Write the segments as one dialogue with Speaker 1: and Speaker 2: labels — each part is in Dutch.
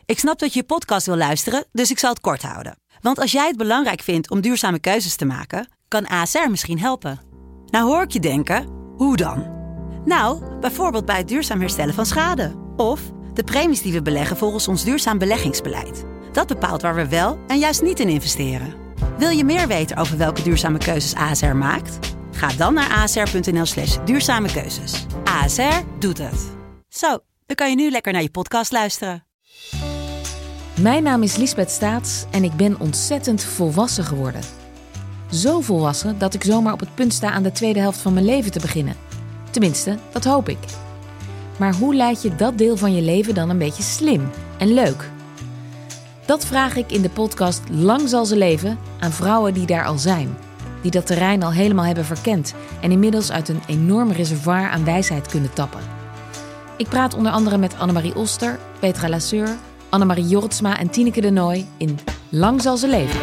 Speaker 1: Ik snap dat je podcast wil luisteren, dus ik zal het kort houden. Want als jij het belangrijk vindt om duurzame keuzes te maken, kan ASR misschien helpen. Nou hoor ik je denken, hoe dan? Nou, bijvoorbeeld bij het duurzaam herstellen van schade. Of de premies die we beleggen volgens ons duurzaam beleggingsbeleid. Dat bepaalt waar we wel en juist niet in investeren. Wil je meer weten over welke duurzame keuzes ASR maakt? Ga dan naar asr.nl/duurzame keuzes. ASR doet het. Zo, dan kan je nu lekker naar je podcast luisteren.
Speaker 2: Mijn naam is Liesbeth Staats en ik ben ontzettend volwassen geworden. Zo volwassen dat ik zomaar op het punt sta aan de tweede helft van mijn leven te beginnen. Tenminste, dat hoop ik. Maar hoe leid je dat deel van je leven dan een beetje slim en leuk? Dat vraag ik in de podcast Lang zal ze leven aan vrouwen die daar al zijn. Die dat terrein al helemaal hebben verkend en inmiddels uit een enorm reservoir aan wijsheid kunnen tappen. Ik praat onder andere met Annemarie Oster, Petra Lasseur, Annemarie Jortsma en Tineke de Nooy in Lang zal ze leven.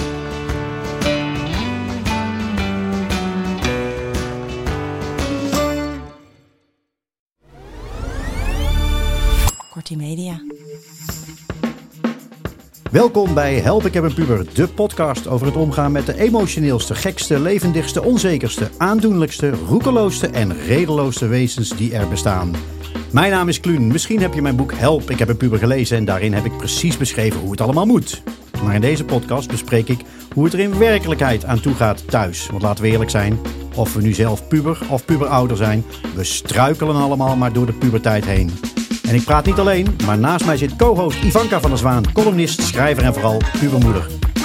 Speaker 1: Kortie Media.
Speaker 3: Welkom bij Help, ik heb een puber, de podcast over het omgaan met de emotioneelste, gekste, levendigste, onzekerste, aandoenlijkste, roekeloosste en redeloosste wezens die er bestaan. Mijn naam is Kluun. Misschien heb je mijn boek Help, ik heb een puber gelezen en daarin heb ik precies beschreven hoe het allemaal moet. Maar in deze podcast bespreek ik hoe het er in werkelijkheid aan toe gaat thuis. Want laten we eerlijk zijn, of we nu zelf puber of puberouder zijn, we struikelen allemaal maar door de puberteit heen. En ik praat niet alleen, maar naast mij zit co-host Ivanka van der Zwaan, columnist, schrijver en vooral pubermoeder.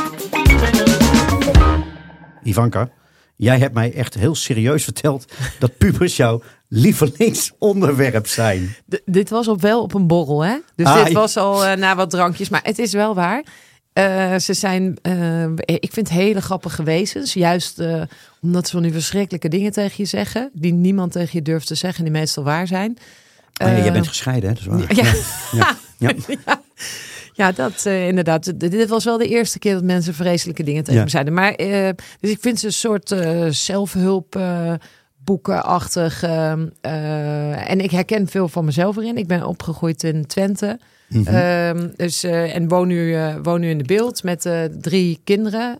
Speaker 3: Ivanka, jij hebt mij echt heel serieus verteld dat pubers jouw lievelingsonderwerp zijn.
Speaker 4: Dit was wel op een borrel, hè? Dus dit was al na wat drankjes, maar het is wel waar. Ze zijn, ik vind hele grappige wezens. Juist omdat ze van die verschrikkelijke dingen tegen je zeggen, die niemand tegen je durft te zeggen en die meestal waar zijn.
Speaker 3: Jij bent gescheiden, hè? Dat is waar.
Speaker 4: Ja, dat inderdaad. Dit was wel de eerste keer dat mensen vreselijke dingen tegen me zeiden. Maar dus ik vind ze een soort zelfhulp boekenachtig. En ik herken veel van mezelf erin. Ik ben opgegroeid in Twente. Mm-hmm. En woon nu in de Beeld met 3 kinderen.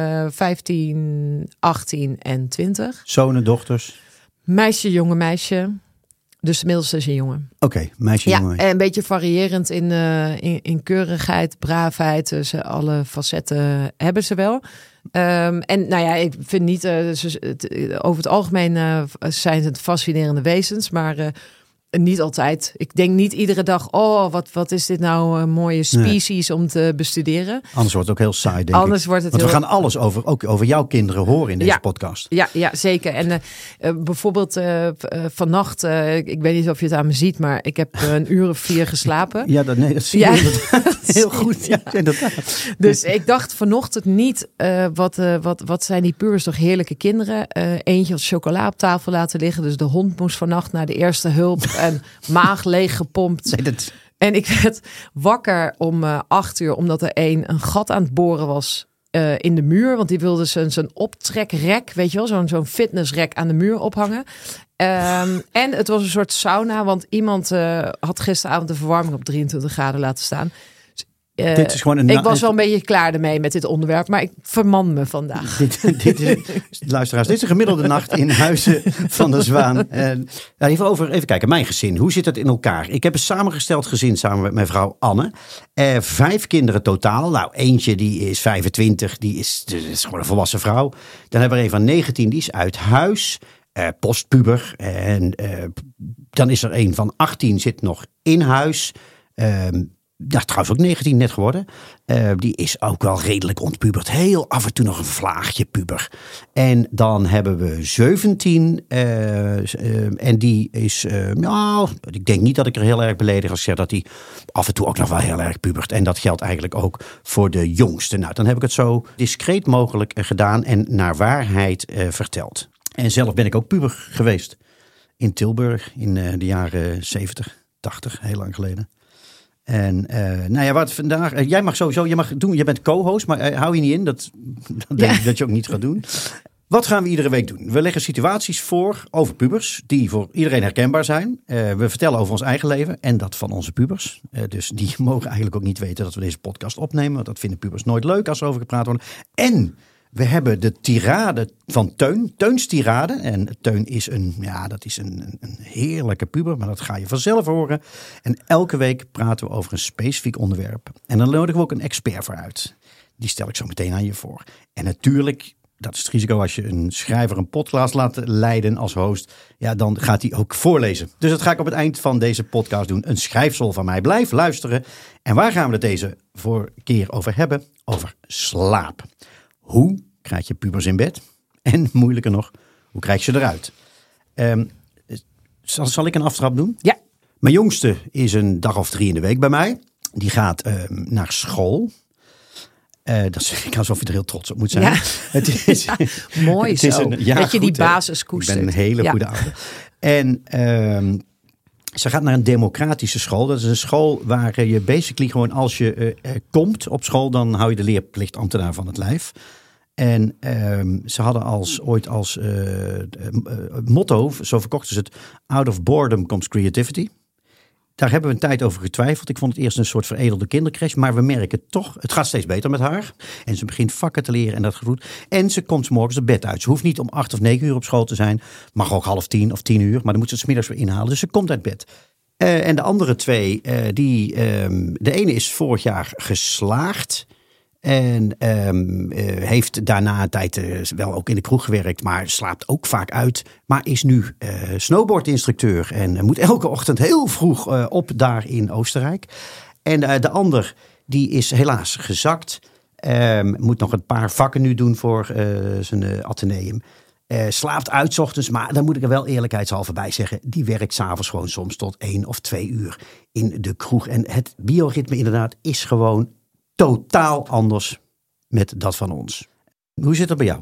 Speaker 4: 15, 18 en 20.
Speaker 3: Zonen, dochters?
Speaker 4: Meisje, jonge meisje. Dus de middelste is een jongen.
Speaker 3: Oké, meisje, jongen.
Speaker 4: En een beetje variërend in keurigheid, braafheid. Dus alle facetten hebben ze wel. En nou ja, ik vind niet... over het algemeen zijn het fascinerende wezens. Maar niet altijd. Ik denk niet iedere dag... wat is dit nou een mooie species om te bestuderen.
Speaker 3: Anders wordt het ook heel saai, denk ik.
Speaker 4: Wordt het
Speaker 3: Want we gaan alles over jouw kinderen horen in deze podcast.
Speaker 4: Ja, zeker. En bijvoorbeeld vannacht... ik weet niet of je het aan me ziet... maar ik heb een uur of 4 geslapen.
Speaker 3: Ja, dat zie je inderdaad. Heel goed. Ja, inderdaad.
Speaker 4: Dus ik dacht vanochtend niet... wat zijn die pubers toch heerlijke kinderen. Eentje had chocola op tafel laten liggen. Dus de hond moest vannacht naar de eerste hulp... en maag leeg gepompt. En ik werd wakker om 8 uur... omdat er een gat aan het boren was in de muur. Want die wilde zijn optrekrek... weet je wel, zo'n fitnessrek aan de muur ophangen. En het was een soort sauna... want iemand had gisteravond de verwarming op 23 graden laten staan...
Speaker 3: Dit is gewoon
Speaker 4: ik was wel een beetje klaar ermee met dit onderwerp, maar ik verman me vandaag.
Speaker 3: Luisteraars, dit is een gemiddelde nacht in Huizen van der Zwaan. Even kijken, mijn gezin. Hoe zit het in elkaar? Ik heb een samengesteld gezin samen met mijn vrouw Anne. 5 kinderen totaal. Nou, eentje die is 25, die is gewoon een volwassen vrouw. Dan hebben we een van 19, die is uit huis. Postpuber. En dan is er een van 18, zit nog in huis. Trouwens ook 19 net geworden. Die is ook wel redelijk ontpuberd. Heel af en toe nog een vlaagje puber. En dan hebben we 17. En die is... ik denk niet dat ik er heel erg beledig als ik zeg dat die af en toe ook nog wel heel erg pubert. En dat geldt eigenlijk ook voor de jongste. Nou, dan heb ik het zo discreet mogelijk gedaan en naar waarheid verteld. En zelf ben ik ook puber geweest. In Tilburg in de jaren 70, 80, heel lang geleden. En wat vandaag... jij mag sowieso, je bent co-host, maar hou je niet in. Dat denk ik dat je ook niet gaat doen. Wat gaan we iedere week doen? We leggen situaties voor over pubers die voor iedereen herkenbaar zijn. We vertellen over ons eigen leven en dat van onze pubers. Dus die mogen eigenlijk ook niet weten dat we deze podcast opnemen. Want dat vinden pubers nooit leuk als er over gepraat wordt. En we hebben de tirade van Teun. Teuns tirade. En Teun is een heerlijke puber, maar dat ga je vanzelf horen. En elke week praten we over een specifiek onderwerp. En dan nodigen we ook een expert voor uit. Die stel ik zo meteen aan je voor. En natuurlijk, dat is het risico als je een schrijver een podcast laat leiden als host. Ja, dan gaat hij ook voorlezen. Dus dat ga ik op het eind van deze podcast doen. Een schrijfsel van mij. Blijf luisteren. En waar gaan we het deze keer over hebben? Over slaap. Hoe krijg je pubers in bed? En moeilijker nog, hoe krijg je ze eruit? Zal ik een aftrap doen?
Speaker 4: Ja.
Speaker 3: Mijn jongste is een dag of 3 in de week bij mij. Die gaat naar school. Dat zeg ik alsof je er heel trots op moet zijn.
Speaker 4: Ja.
Speaker 3: Het is,
Speaker 4: mooi
Speaker 3: het is
Speaker 4: zo. Dat je
Speaker 3: goed,
Speaker 4: die basis koestert.
Speaker 3: Ik ben een hele goede ouder. En ze gaat naar een democratische school. Dat is een school waar je basically gewoon als je komt op school, dan hou je de leerplichtambtenaar van het lijf. En ze hadden ooit als motto, zo verkochten ze het, out of boredom comes creativity. Daar hebben we een tijd over getwijfeld. Ik vond het eerst een soort veredelde kindercrash. Maar we merken toch, het gaat steeds beter met haar. En ze begint vakken te leren en dat goed. En ze komt 's morgens de bed uit. Ze hoeft niet om 8 of 9 uur op school te zijn. Mag ook 9:30 of 10 uur. Maar dan moet ze 's middags weer inhalen. Dus ze komt uit bed. En de andere 2, de ene is vorig jaar geslaagd. En heeft daarna een tijd wel ook in de kroeg gewerkt, maar slaapt ook vaak uit. Maar is nu snowboardinstructeur en moet elke ochtend heel vroeg op daar in Oostenrijk. En de ander, die is helaas gezakt. Moet nog een paar vakken nu doen voor zijn ateneum. Slaapt uit 's ochtends, maar dan moet ik er wel eerlijkheidshalve bij zeggen. Die werkt 's avonds gewoon soms tot 1 of 2 uur in de kroeg. En het bioritme inderdaad is gewoon totaal anders met dat van ons. Hoe zit het bij jou?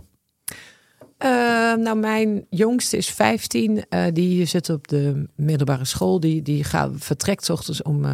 Speaker 4: Nou, mijn jongste is 15. Die zit op de middelbare school. Die vertrekt 's ochtends om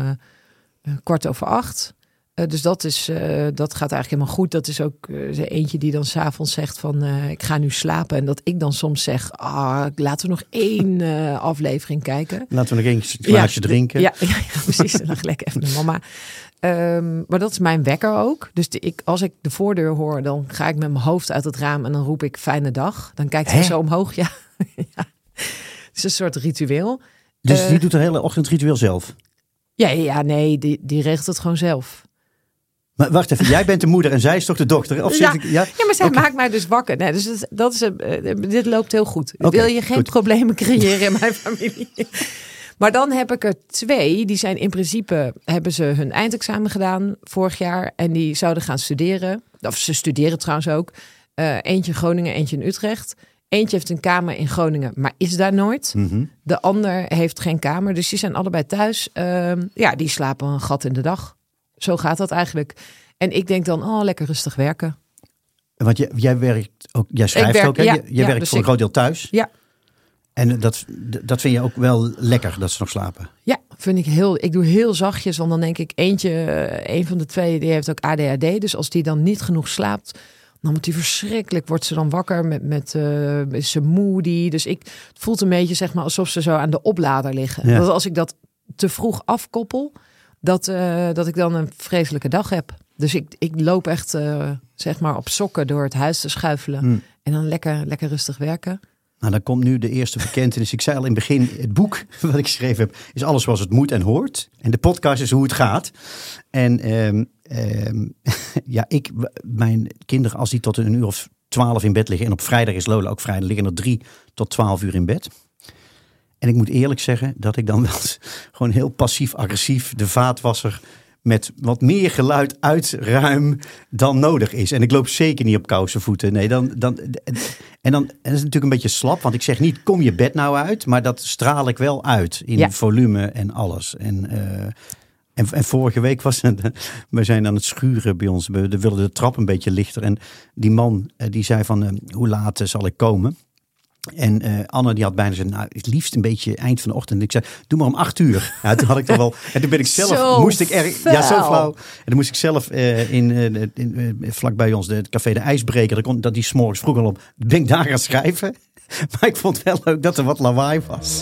Speaker 4: 7:15. Dus dat gaat eigenlijk helemaal goed. Dat is ook eentje die dan 's avonds zegt van ik ga nu slapen. En dat ik dan soms zeg, laten we nog 1 aflevering kijken.
Speaker 3: Laten we nog 1 glaasje drinken.
Speaker 4: Ja, precies. Dan leg ik even met mama. Maar dat is mijn wekker ook. Dus als ik de voordeur hoor, dan ga ik met mijn hoofd uit het raam en dan roep ik fijne dag. Dan kijkt hij zo omhoog. Ja. Ja. Het is een soort ritueel.
Speaker 3: Dus die doet de hele ochtend ritueel zelf?
Speaker 4: Ja, nee, die regelt het gewoon zelf.
Speaker 3: Maar wacht even, jij bent de moeder en zij is toch de dochter? Of
Speaker 4: ja, maar zij maakt mij dus wakker. Nee, dus dit loopt heel goed. Wil je geen problemen creëren in mijn familie? Maar dan heb ik er 2, die zijn in principe, hebben ze hun eindexamen gedaan vorig jaar. En die zouden gaan studeren. Of ze studeren trouwens ook. Eentje in Groningen, eentje in Utrecht. Eentje heeft een kamer in Groningen, maar is daar nooit. Mm-hmm. De ander heeft geen kamer, dus die zijn allebei thuis. Die slapen een gat in de dag. Zo gaat dat eigenlijk. En ik denk dan, lekker rustig werken.
Speaker 3: Want jij werkt ook, jij schrijft ook, hè? Ja, je werkt dus voor een groot deel thuis.
Speaker 4: Ja.
Speaker 3: En dat vind je ook wel lekker, dat ze nog slapen?
Speaker 4: Ja, vind ik ik doe heel zachtjes, want dan denk ik een van de 2, die heeft ook ADHD. Dus als die dan niet genoeg slaapt, dan wordt die verschrikkelijk, wordt ze dan wakker met is ze moody. Dus het voelt een beetje zeg maar alsof ze zo aan de oplader liggen. Ja. Dat als ik dat te vroeg afkoppel, dat ik dan een vreselijke dag heb. Dus ik loop echt zeg maar op sokken door het huis te schuifelen. En dan lekker rustig werken.
Speaker 3: Nou, dan komt nu de eerste bekentenis. Ik zei al in het begin, het boek wat ik geschreven heb, is alles zoals het moet en hoort. En de podcast is hoe het gaat. En mijn kinderen, als die tot 1 uur of 12 in bed liggen, en op vrijdag is Lola ook vrij, dan liggen er 3 tot 12 uur in bed. En ik moet eerlijk zeggen dat ik dan wel gewoon heel passief-agressief de vaatwasser met wat meer geluid uitruim dan nodig is. En ik loop zeker niet op kousenvoeten. Nee, dan is het natuurlijk een beetje slap. Want ik zeg niet, kom je bed nou uit. Maar dat straal ik wel uit in volume en alles. En vorige week we zijn aan het schuren bij ons. We wilden de trap een beetje lichter. En die man die zei van, hoe laat zal ik komen? En Anne die had bijna gezegd, nou, het liefst een beetje eind van de ochtend. En ik zei, doe maar om 8:00. Ja, toen had ik toch wel. En toen ben ik zelf,
Speaker 4: Zo
Speaker 3: flauw. En dan moest ik zelf vlak bij ons het café De IJsbreker. Dat die 's morgens vroeg al op. Ben ik daar gaan schrijven. Maar ik vond het wel leuk dat er wat lawaai was.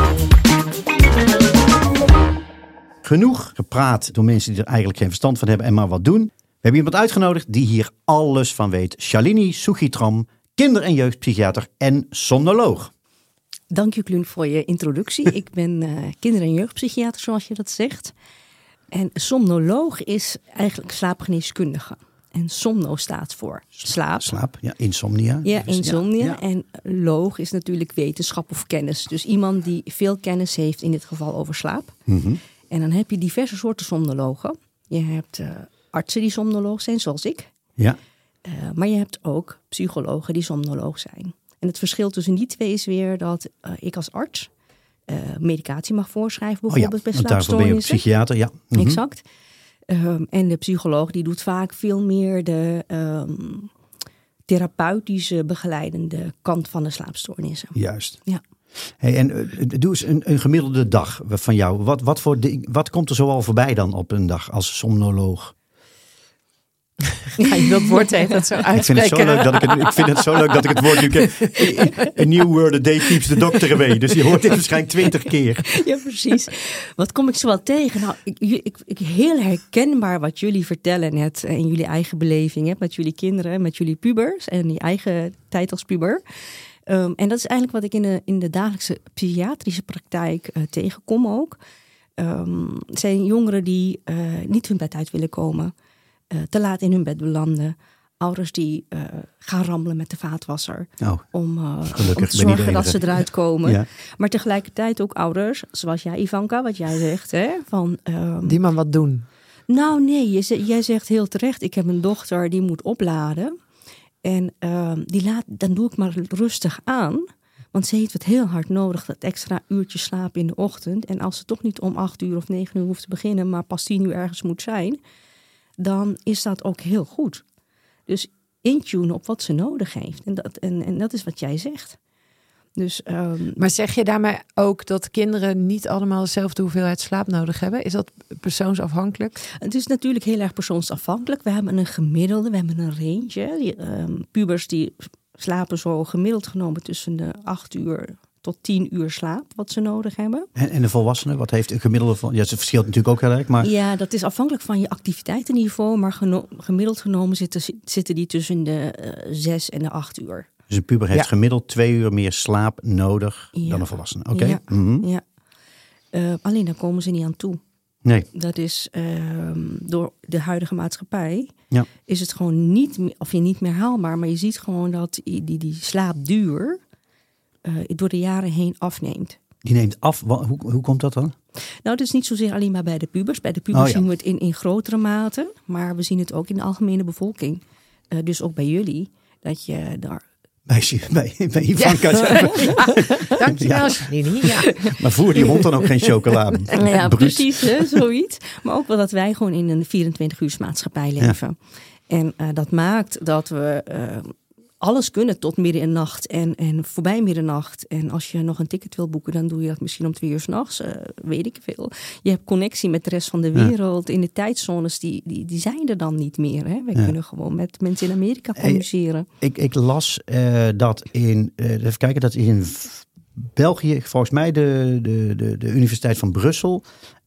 Speaker 3: Genoeg gepraat door mensen die er eigenlijk geen verstand van hebben en maar wat doen. We hebben iemand uitgenodigd die hier alles van weet. Shalini Suchitram, kinder- en jeugdpsychiater en somnoloog.
Speaker 5: Dank je, Kluun, voor je introductie. Ik ben kinder- en jeugdpsychiater, zoals je dat zegt. En somnoloog is eigenlijk slaapgeneeskundige. En somno staat voor slaap.
Speaker 3: Slaap, ja, insomnia.
Speaker 5: Ja, insomnia.
Speaker 3: Ja.
Speaker 5: En loog is natuurlijk wetenschap of kennis. Dus iemand die veel kennis heeft, in dit geval over slaap.
Speaker 3: Mm-hmm.
Speaker 5: En dan heb je diverse soorten somnologen. Je hebt artsen die somnoloog zijn, zoals ik.
Speaker 3: Ja.
Speaker 5: Maar je hebt ook psychologen die somnoloog zijn. En het verschil tussen die twee is weer dat ik als arts medicatie mag voorschrijven, bijvoorbeeld bij
Speaker 3: want daarvoor ben je ook psychiater, ja. Mm-hmm.
Speaker 5: Exact. En de psycholoog die doet vaak veel meer de therapeutische begeleidende kant van de slaapstoornissen.
Speaker 3: Juist.
Speaker 5: Ja.
Speaker 3: Hey, en doe eens een gemiddelde dag van jou. Wat komt er zoal voorbij dan op een dag als somnoloog?
Speaker 4: Ga je dat woord dat zo uitspreken?
Speaker 3: Ik vind het zo leuk dat ik het woord nu ken. A new word a day keeps the doctor away. Dus je hoort dit waarschijnlijk 20 keer.
Speaker 5: Ja, precies. Wat kom ik zo wel tegen? Nou, ik heel herkenbaar wat jullie vertellen net in jullie eigen beleving. Met jullie kinderen, met jullie pubers en je eigen tijd als puber. En dat is eigenlijk wat ik in de dagelijkse psychiatrische praktijk tegenkom ook. Zijn jongeren die niet hun bed uit willen komen. Te laat in hun bed belanden. Ouders die gaan rammelen met de vaatwasser. Om te zorgen dat ze eruit komen. Ja. Maar tegelijkertijd ook ouders, zoals jij, Ivanka, wat jij zegt. Hè, van,
Speaker 4: die maar wat doen.
Speaker 5: Nou nee, jij zegt heel terecht. Ik heb een dochter die moet opladen. En dan doe ik maar rustig aan. Want ze heeft het heel hard nodig, dat extra uurtje slaap in de ochtend. En als ze toch niet om 8:00 of 9:00 hoeft te beginnen, maar pas 10:00 ergens moet zijn, dan is dat ook heel goed. Dus intunen op wat ze nodig heeft. En dat is wat jij zegt. Dus,
Speaker 4: maar zeg je daarmee ook dat kinderen niet allemaal dezelfde hoeveelheid slaap nodig hebben? Is dat persoonsafhankelijk?
Speaker 5: Het is natuurlijk heel erg persoonsafhankelijk. We hebben een gemiddelde, we hebben een range. Pubers die slapen zo gemiddeld genomen tussen de 8:00 tot 10:00 slaap, wat ze nodig hebben.
Speaker 3: En de volwassenen, wat heeft een gemiddelde van? Ja, het verschilt natuurlijk ook heel erg. Maar...
Speaker 5: Ja, dat is afhankelijk van je activiteitenniveau. Maar gemiddeld genomen zitten die tussen de 6 en de 8 uur.
Speaker 3: Dus een puber heeft gemiddeld 2 uur meer slaap nodig dan een volwassene. Oké.
Speaker 5: Ja.
Speaker 3: Mm-hmm.
Speaker 5: Ja. Alleen daar komen ze niet aan toe.
Speaker 3: Nee.
Speaker 5: Dat is door de huidige maatschappij is het gewoon niet meer haalbaar. Maar je ziet gewoon dat die slaapduur door de jaren heen afneemt.
Speaker 3: Die neemt af. Hoe komt dat dan?
Speaker 5: Nou, het is niet zozeer alleen maar bij de pubers. Bij de pubers zien we het in grotere mate. Maar we zien het ook in de algemene bevolking. Dus ook bij jullie. Dat je daar...
Speaker 3: Bij Ivanka. Ja.
Speaker 4: Dankjewel, Shalini. Ja.
Speaker 3: Maar voer die hond dan ook geen chocolade?
Speaker 5: Ja, precies, hè, zoiets. Maar ook wel dat wij gewoon in een 24-uursmaatschappij leven. Ja. En dat maakt dat we alles kunnen tot midden in de nacht en voorbij middernacht. En als je nog een ticket wil boeken, dan doe je dat misschien om 2 uur 's nachts. Weet ik veel. Je hebt connectie met de rest van de wereld. In de tijdzones, die zijn er dan niet meer. Hè? Wij kunnen gewoon met mensen in Amerika communiceren.
Speaker 3: Ik las dat even kijken, dat in België, volgens mij de Universiteit van Brussel,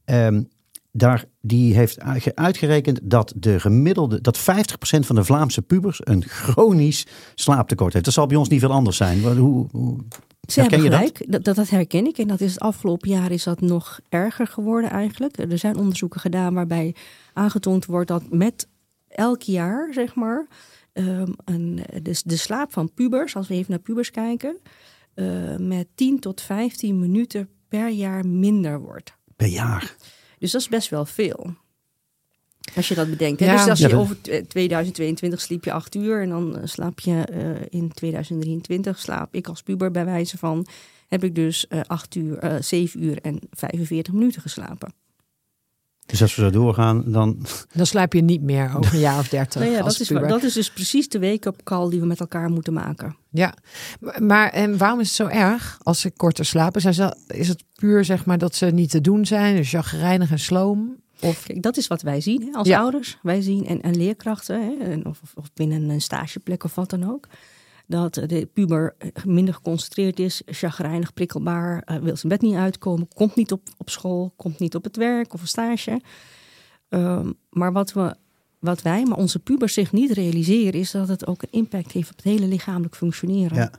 Speaker 3: die heeft uitgerekend dat dat 50% van de Vlaamse pubers een chronisch slaaptekort heeft. Dat zal bij ons niet veel anders zijn. Hoe herken je dat?
Speaker 5: Dat herken ik. En dat is het afgelopen jaar is dat nog erger geworden eigenlijk. Er zijn onderzoeken gedaan waarbij aangetoond wordt dat met elk jaar, zeg maar, de slaap van pubers, als we even naar pubers kijken, met 10 tot 15 minuten per jaar minder wordt.
Speaker 3: Per jaar?
Speaker 5: Dus dat is best wel veel. Als je dat bedenkt. Hè? Dus als je over 2022 sliep je 8 uur. En dan slaap je in 2023 slaap ik als puber bij wijze van. Heb ik dus 7 uur en 45 minuten geslapen.
Speaker 3: Dus als we zo doorgaan, dan...
Speaker 4: Dan slaap je niet meer over een jaar of 30
Speaker 5: Nou ja,
Speaker 4: als puber.
Speaker 5: dat is dus precies de wake-up call die we met elkaar moeten maken.
Speaker 4: Ja, maar en waarom is het zo erg als ze korter slapen? Is het puur zeg maar dat ze niet te doen zijn, dus chagrijnig en sloom? Of...
Speaker 5: Kijk, dat is wat wij zien hè, als ouders. Wij zien en leerkrachten, hè, of binnen een stageplek of wat dan ook. Dat de puber minder geconcentreerd is, chagrijnig, prikkelbaar, wil zijn bed niet uitkomen, komt niet op school, komt niet op het werk of een stage. Maar wat wij, maar onze pubers zich niet realiseren, is dat het ook een impact heeft op het hele lichamelijk functioneren.
Speaker 3: Ja.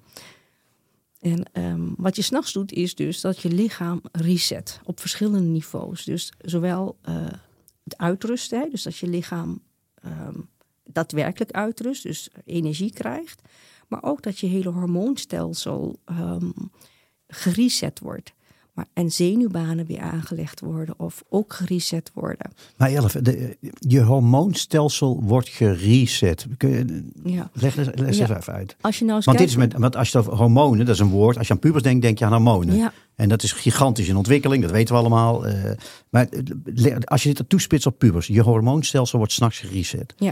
Speaker 5: En wat je 's nachts doet, is dus dat je lichaam reset op verschillende niveaus. Dus zowel het uitrusten, hè, dus dat je lichaam daadwerkelijk uitrust, dus energie krijgt. Maar ook dat je hele hormoonstelsel gereset wordt. En zenuwbanen weer aangelegd worden of ook gereset worden.
Speaker 3: Maar je hormoonstelsel wordt gereset. Leg even uit.
Speaker 5: Als je nou eens
Speaker 3: want,
Speaker 5: kijkt,
Speaker 3: want als je het over hormonen, dat is een woord. Als je aan pubers denkt, denk je aan hormonen.
Speaker 5: Ja.
Speaker 3: En dat is gigantisch in ontwikkeling, dat weten we allemaal. Maar als je dit toespitst op pubers, je hormoonstelsel wordt 's nachts gereset.
Speaker 5: Ja.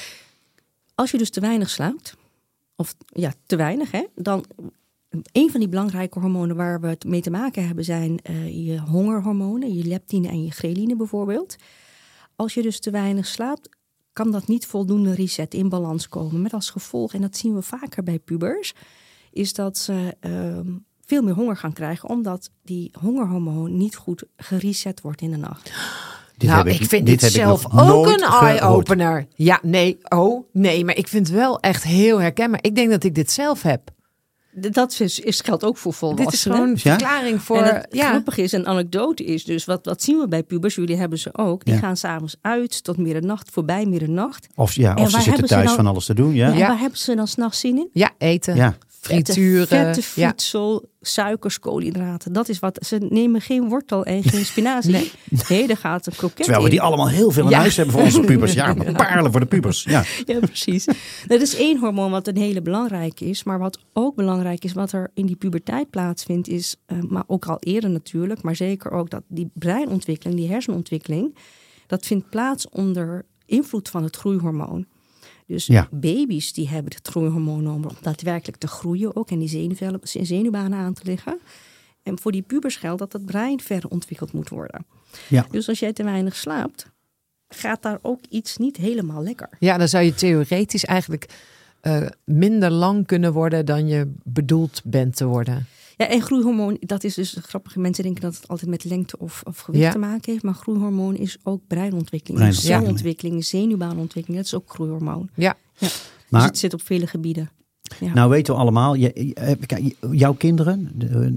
Speaker 5: Als je dus te weinig slaapt, of te weinig, hè, dan... Een van die belangrijke hormonen waar we het mee te maken hebben zijn je hongerhormonen, je leptine en je ghreline bijvoorbeeld. Als je dus te weinig slaapt, kan dat niet voldoende reset in balans komen. Met als gevolg, en dat zien we vaker bij pubers, is dat ze veel meer honger gaan krijgen, omdat die hongerhormoon niet goed gereset wordt in de nacht.
Speaker 4: Ik vind dit zelf ook een eye-opener. Ja, nee, maar ik vind het wel echt heel herkenbaar. Ik denk dat ik dit zelf heb.
Speaker 5: Dat geldt ook voor volwassenen.
Speaker 4: Dit is gewoon een verklaring voor...
Speaker 5: En het grappige is, een anekdote is dus... Wat zien we bij pubers? Jullie hebben ze ook. Die gaan 's avonds uit tot middernacht, voorbij middernacht.
Speaker 3: Of ze zitten thuis van alles te doen. Ja.
Speaker 5: En waar hebben ze dan 's nachts zin in?
Speaker 4: Ja, eten. Ja. Frituren.
Speaker 5: Vette voedsel, suikers, koolhydraten. Dat is wat. Ze nemen geen wortel en geen spinazie. Nee, daar gaat een kroket
Speaker 3: Terwijl we die allemaal heel veel in huis hebben voor onze pubers. Ja, parelen voor de pubers. Ja,
Speaker 5: precies. Dat is één hormoon wat een hele belangrijke is. Maar wat ook belangrijk is, wat er in die puberteit plaatsvindt, is, maar ook al eerder natuurlijk, maar zeker ook dat die breinontwikkeling, die hersenontwikkeling, dat vindt plaats onder invloed van het groeihormoon. Dus baby's die hebben het groeihormoon nodig om daadwerkelijk te groeien ook en die zenuwbanen aan te leggen. En voor die pubers geldt dat het brein verder ontwikkeld moet worden. Ja. Dus als jij te weinig slaapt, gaat daar ook iets niet helemaal lekker.
Speaker 4: Ja, dan zou je theoretisch eigenlijk minder lang kunnen worden dan je bedoeld bent te worden.
Speaker 5: Ja, en groeihormoon, dat is dus grappig. Mensen denken dat het altijd met lengte of gewicht te maken heeft. Maar groeihormoon is ook breinontwikkeling. Celontwikkeling, zenuwbaanontwikkeling. Dat is ook groeihormoon. Ja. Maar, dus het zit op vele gebieden. Ja.
Speaker 3: Nou weten we allemaal, jouw kinderen,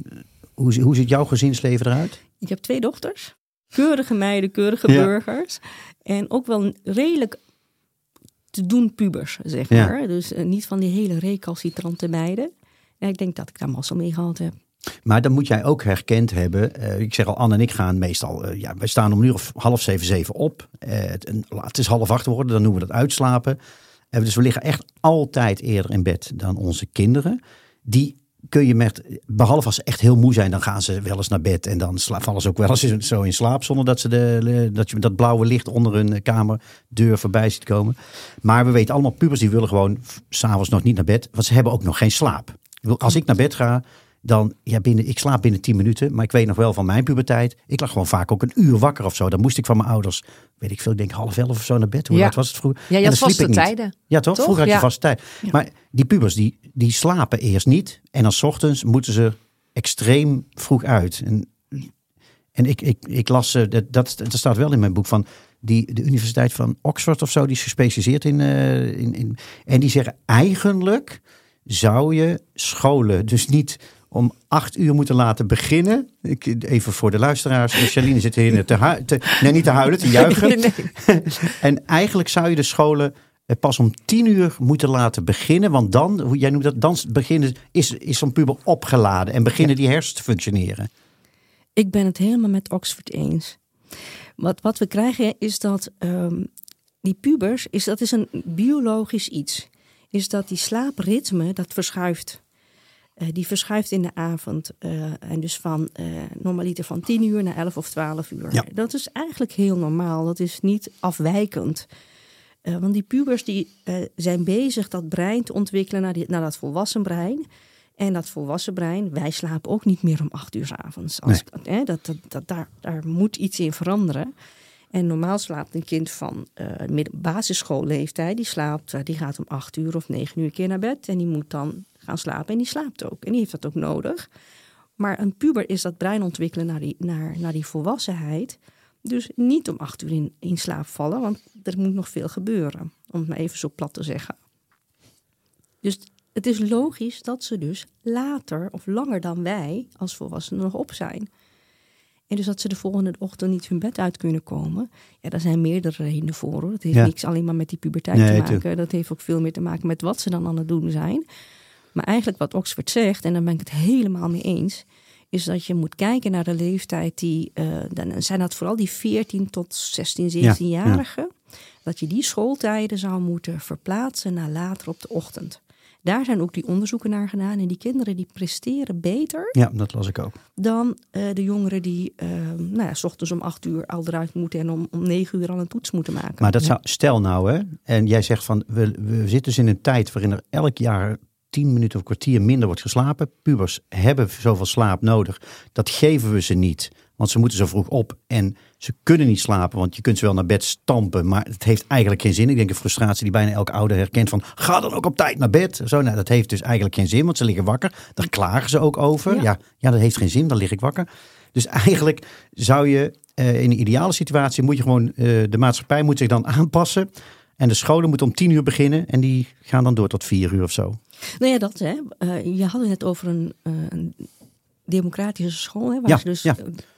Speaker 3: hoe ziet jouw gezinsleven eruit?
Speaker 5: Ik heb 2 dochters. Keurige meiden, keurige burgers. En ook wel redelijk te doen pubers, zeg maar. Ja. Dus niet van die hele recalcitrante meiden. En ik denk dat ik daar mazzel mee gehad heb.
Speaker 3: Maar dan moet jij ook herkend hebben. Ik zeg al, Anne en ik gaan meestal... wij staan om 6:30 op. Het is 7:30 geworden, dan noemen we dat uitslapen. Dus we liggen echt altijd eerder in bed dan onze kinderen. Die kun je behalve als ze echt heel moe zijn, dan gaan ze wel eens naar bed. En dan vallen ze ook wel eens zo in slaap, zonder dat ze dat blauwe licht onder hun kamerdeur voorbij ziet komen. Maar we weten allemaal, pubers die willen gewoon 's avonds nog niet naar bed. Want ze hebben ook nog geen slaap. Als ik naar bed ga, dan ik slaap binnen 10 minuten. Maar ik weet nog wel van mijn puberteit. Ik lag gewoon vaak ook een uur wakker of zo. Dan moest ik van mijn ouders, weet ik veel, ik denk 10:30 of zo naar bed. Hoe laat was het vroeger?
Speaker 4: Ja, je had vaste tijden.
Speaker 3: Ja, toch? Vroeger had je vaste tijd. Ja. Maar die pubers, die slapen eerst niet. En dan 's ochtends moeten ze extreem vroeg uit. En ik las, dat staat wel in mijn boek van de Universiteit van Oxford of zo. Die is gespecialiseerd in en die zeggen eigenlijk zou je scholen dus niet om 8 uur moeten laten beginnen. Even voor de luisteraars. Charline zit hier niet te huilen, te juichen. Nee. En eigenlijk zou je de scholen pas om 10 uur moeten laten beginnen. Want dan, jij noemt dat, dan beginnen, is zo'n puber opgeladen. En beginnen die hersenen te functioneren.
Speaker 5: Ik ben het helemaal met Oxford eens. Wat we krijgen is dat die pubers, dat is een biologisch iets. Is dat die slaapritme, dat verschuift. Die verschuift in de avond en dus van normaliter van 10 uur naar 11 of 12 uur.
Speaker 3: Ja.
Speaker 5: Dat is eigenlijk heel normaal. Dat is niet afwijkend. Want die pubers die zijn bezig dat brein te ontwikkelen naar dat volwassen brein. En dat volwassen brein, wij slapen ook niet meer om 8 uur 's avonds. Daar moet iets in veranderen. En normaal slaapt een kind van basisschoolleeftijd, die gaat om 8 uur of 9 uur een keer naar bed. En die moet dan gaan slapen en die slaapt ook. En die heeft dat ook nodig. Maar een puber is dat brein ontwikkelen naar die volwassenheid. Dus niet om 8 uur in slaap vallen, want er moet nog veel gebeuren. Om het maar even zo plat te zeggen. Dus het is logisch dat ze dus later of langer dan wij als volwassenen nog op zijn. En dus dat ze de volgende ochtend niet hun bed uit kunnen komen. Ja, daar zijn meerdere redenen voor, hoor. Dat heeft niks alleen maar met die puberteit te maken. Tuurlijk. Dat heeft ook veel meer te maken met wat ze dan aan het doen zijn. Maar eigenlijk wat Oxford zegt, en daar ben ik het helemaal mee eens, is dat je moet kijken naar de leeftijd dan zijn dat vooral die 14 tot 16, 17-jarigen. Ja. Dat je die schooltijden zou moeten verplaatsen naar later op de ochtend. Daar zijn ook die onderzoeken naar gedaan. En die kinderen die presteren beter.
Speaker 3: Ja, dat las ik ook.
Speaker 5: Dan de jongeren die 's ochtends om 8 uur al eruit moeten. En om 9 uur al een toets moeten maken.
Speaker 3: Maar dat zou, stel nou, hè. En jij zegt van, we zitten dus in een tijd waarin er elk jaar 10 minuten of een kwartier minder wordt geslapen. Pubers hebben zoveel slaap nodig. Dat geven we ze niet. Want ze moeten zo vroeg op en ze kunnen niet slapen. Want je kunt ze wel naar bed stampen, maar het heeft eigenlijk geen zin. Ik denk een frustratie die bijna elke ouder herkent van, ga dan ook op tijd naar bed. Zo, nou, dat heeft dus eigenlijk geen zin, want ze liggen wakker. Daar klagen ze ook over. Ja, dat heeft geen zin, dan lig ik wakker. Dus eigenlijk zou je in een ideale situatie moet je gewoon, de maatschappij moet zich dan aanpassen. En de scholen moeten om 10 uur beginnen en die gaan dan door tot 4 uur of zo.
Speaker 5: Nou ja, dat hè. Je had het net over een democratische school. Hè, waar ze dus,